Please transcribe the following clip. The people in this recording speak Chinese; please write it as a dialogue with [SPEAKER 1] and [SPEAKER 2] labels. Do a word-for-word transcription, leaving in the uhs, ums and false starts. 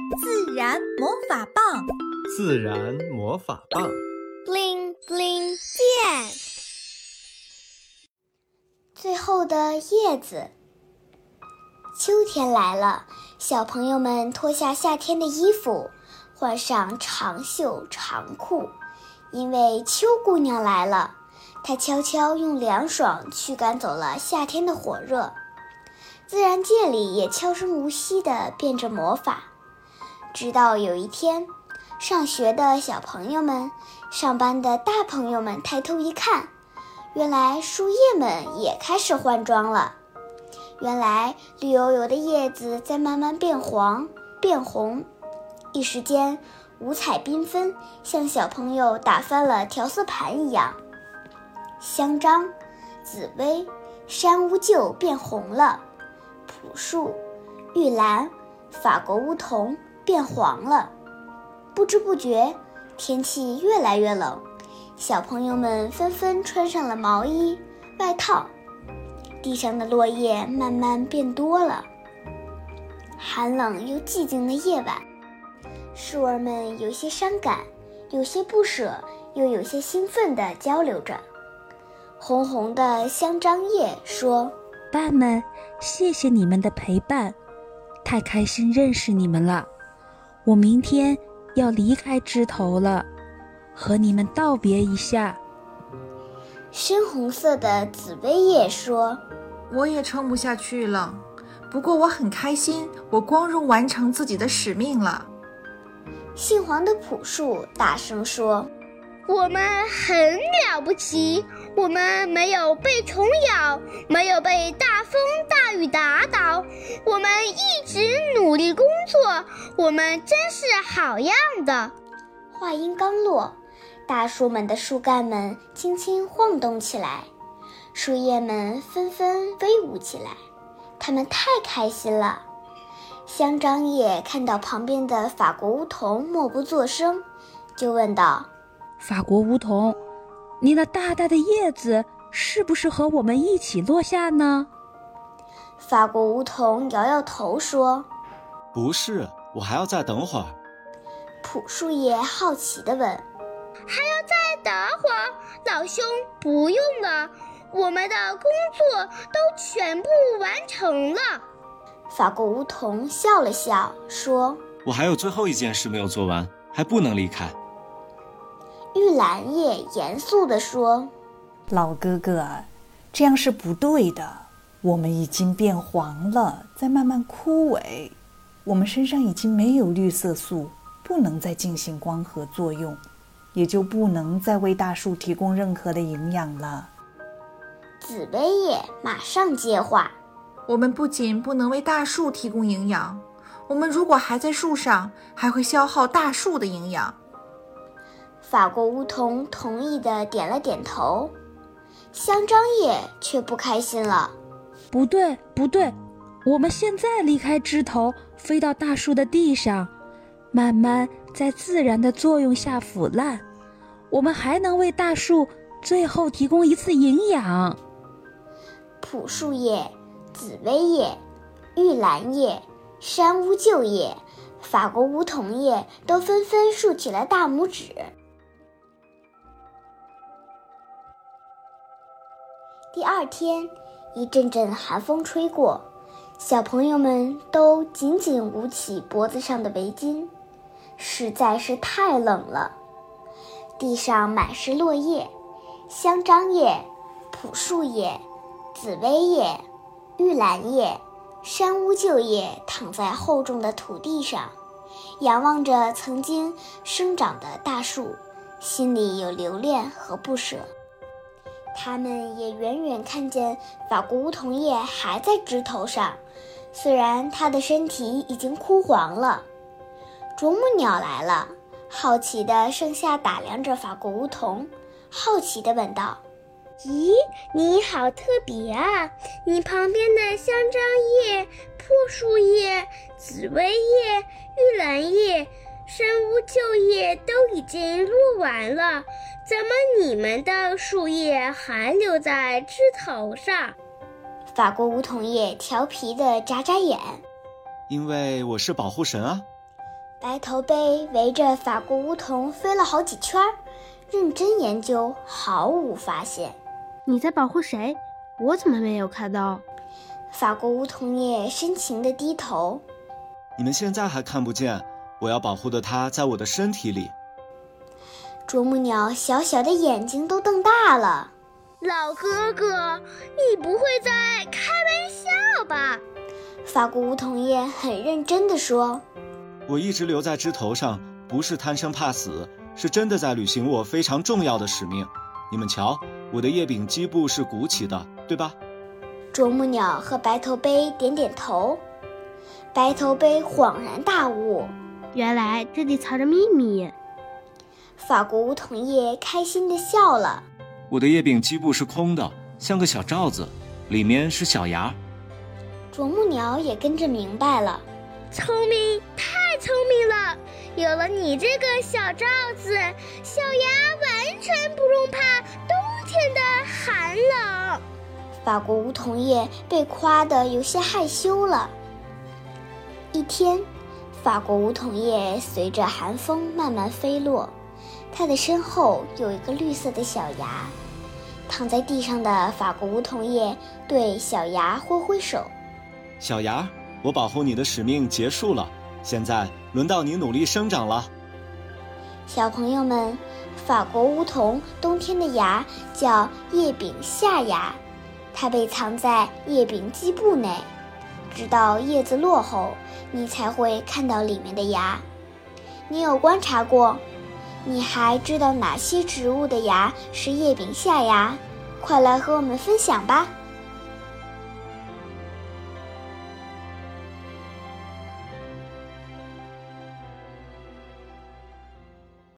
[SPEAKER 1] 自然魔法棒，
[SPEAKER 2] 自然魔法棒
[SPEAKER 3] ，bling bling 变。最后的叶子。秋天来了，小朋友们脱下夏天的衣服，换上长袖长裤，因为秋姑娘来了，她悄悄用凉爽驱赶走了夏天的火热。自然界里也悄声无息地变着魔法。直到有一天，上学的小朋友们、上班的大朋友们抬头一看，原来树叶们也开始换装了。原来绿油油的叶子在慢慢变黄、变红，一时间五彩缤纷，像小朋友打翻了调色盘一样。香樟、紫薇、山乌桕变红了，朴树、玉兰、法国梧桐变黄了。不知不觉，天气越来越冷，小朋友们纷纷穿上了毛衣、外套，地上的落叶慢慢变多了。寒冷又寂静的夜晚，树儿们有些伤感，有些不舍，又有些兴奋地交流着。红红的香樟叶说：
[SPEAKER 4] 伴们，谢谢你们的陪伴，太开心认识你们了。我明天要离开枝头了，和你们道别一下。
[SPEAKER 3] 深红色的紫薇叶说：
[SPEAKER 5] 我也撑不下去了，不过我很开心，我光荣完成自己的使命了。
[SPEAKER 3] 杏黄的朴树大声说：
[SPEAKER 6] 我们很了不起，我们没有被虫咬，没有被大风大雨打倒，我们一直努力工作，我们真是好样的。
[SPEAKER 3] 话音刚落，大树们的树干们轻轻晃动起来，树叶们纷纷飞舞起来，它们太开心了。香樟叶看到旁边的法国梧桐默不作声，就问道：
[SPEAKER 4] 法国梧桐，你那大大的叶子是不是和我们一起落下呢？
[SPEAKER 3] 法国梧桐摇摇头说：
[SPEAKER 2] 不是，我还要再等会儿。
[SPEAKER 3] 朴树叶好奇地问：
[SPEAKER 6] 还要再等会儿？老兄，不用了，我们的工作都全部完成了。
[SPEAKER 3] 法国梧桐笑了笑说：
[SPEAKER 2] 我还有最后一件事没有做完，还不能离开。
[SPEAKER 3] 玉兰叶严肃地说：
[SPEAKER 7] 老哥哥，这样是不对的，我们已经变黄了，在慢慢枯萎，我们身上已经没有绿色素，不能再进行光合作用，也就不能再为大树提供任何的营养了。
[SPEAKER 3] 紫薇叶马上接话：
[SPEAKER 5] 我们不仅不能为大树提供营养，我们如果还在树上，还会消耗大树的营养。
[SPEAKER 3] 法国梧桐同意地点了点头，香樟叶却不开心了：
[SPEAKER 4] 不对不对，我们现在离开枝头，飞到大树的地上，慢慢在自然的作用下腐烂，我们还能为大树最后提供一次营养。
[SPEAKER 3] 朴树叶、紫薇叶、玉兰叶、山乌桕叶、法国梧桐叶都纷纷竖起了大拇指。第二天，一阵阵寒风吹过，小朋友们都紧紧捂起脖子上的围巾，实在是太冷了。地上满是落叶，香樟叶、朴树叶、紫薇叶、玉兰叶、山乌桕叶躺在厚重的土地上，仰望着曾经生长的大树，心里有留恋和不舍。他们也远远看见法国梧桐叶还在枝头上，虽然它的身体已经枯黄了。啄木鸟来了，好奇地上下打量着法国梧桐，好奇地问道：
[SPEAKER 6] 咦，你好特别啊！你旁边的香樟叶、朴树叶、紫薇叶、玉兰叶、山乌桕叶都已经落完了，怎么你们的树叶还留在枝头上？
[SPEAKER 3] 法国梧桐叶调皮地眨眨眼：
[SPEAKER 2] 因为我是保护神啊。
[SPEAKER 3] 白头杯围着法国梧桐飞了好几圈，认真研究，毫无发现。
[SPEAKER 6] 你在保护谁？我怎么没有看到？
[SPEAKER 3] 法国梧桐叶深情地低头。
[SPEAKER 2] 你们现在还看不见，我要保护的它在我的身体里。
[SPEAKER 3] 啄木鸟小小的眼睛都瞪大了。
[SPEAKER 6] 老哥哥，你不会在开玩笑吧？
[SPEAKER 3] 法国梧桐叶很认真地说。
[SPEAKER 2] 我一直留在枝头上，不是贪生怕死，是真的在履行我非常重要的使命。你们瞧，我的叶柄基部是鼓起的，对吧？
[SPEAKER 3] 啄木鸟和白头杯点点头。白头杯恍然大悟，
[SPEAKER 6] 原来这里藏着秘密。
[SPEAKER 3] 法国梧桐叶开心地笑了。
[SPEAKER 2] 我的叶柄基部是空的，像个小罩子，里面是小芽。
[SPEAKER 3] 啄木鸟也跟着明白了。
[SPEAKER 6] 聪明，太聪明了！有了你这个小罩子，小芽完全不用怕冬天的寒冷。
[SPEAKER 3] 法国梧桐叶被夸得有些害羞了。一天，法国梧桐叶随着寒风慢慢飞落，它的身后有一个绿色的小芽。躺在地上的法国梧桐叶对小芽挥挥手。
[SPEAKER 2] 小芽，我保护你的使命结束了，现在轮到你努力生长了。
[SPEAKER 3] 小朋友们，法国梧桐冬天的芽叫叶柄下芽，它被藏在叶柄基部内，直到叶子落后，你才会看到里面的芽。你有观察过？你还知道哪些植物的芽是叶柄下芽？快来和我们分享吧！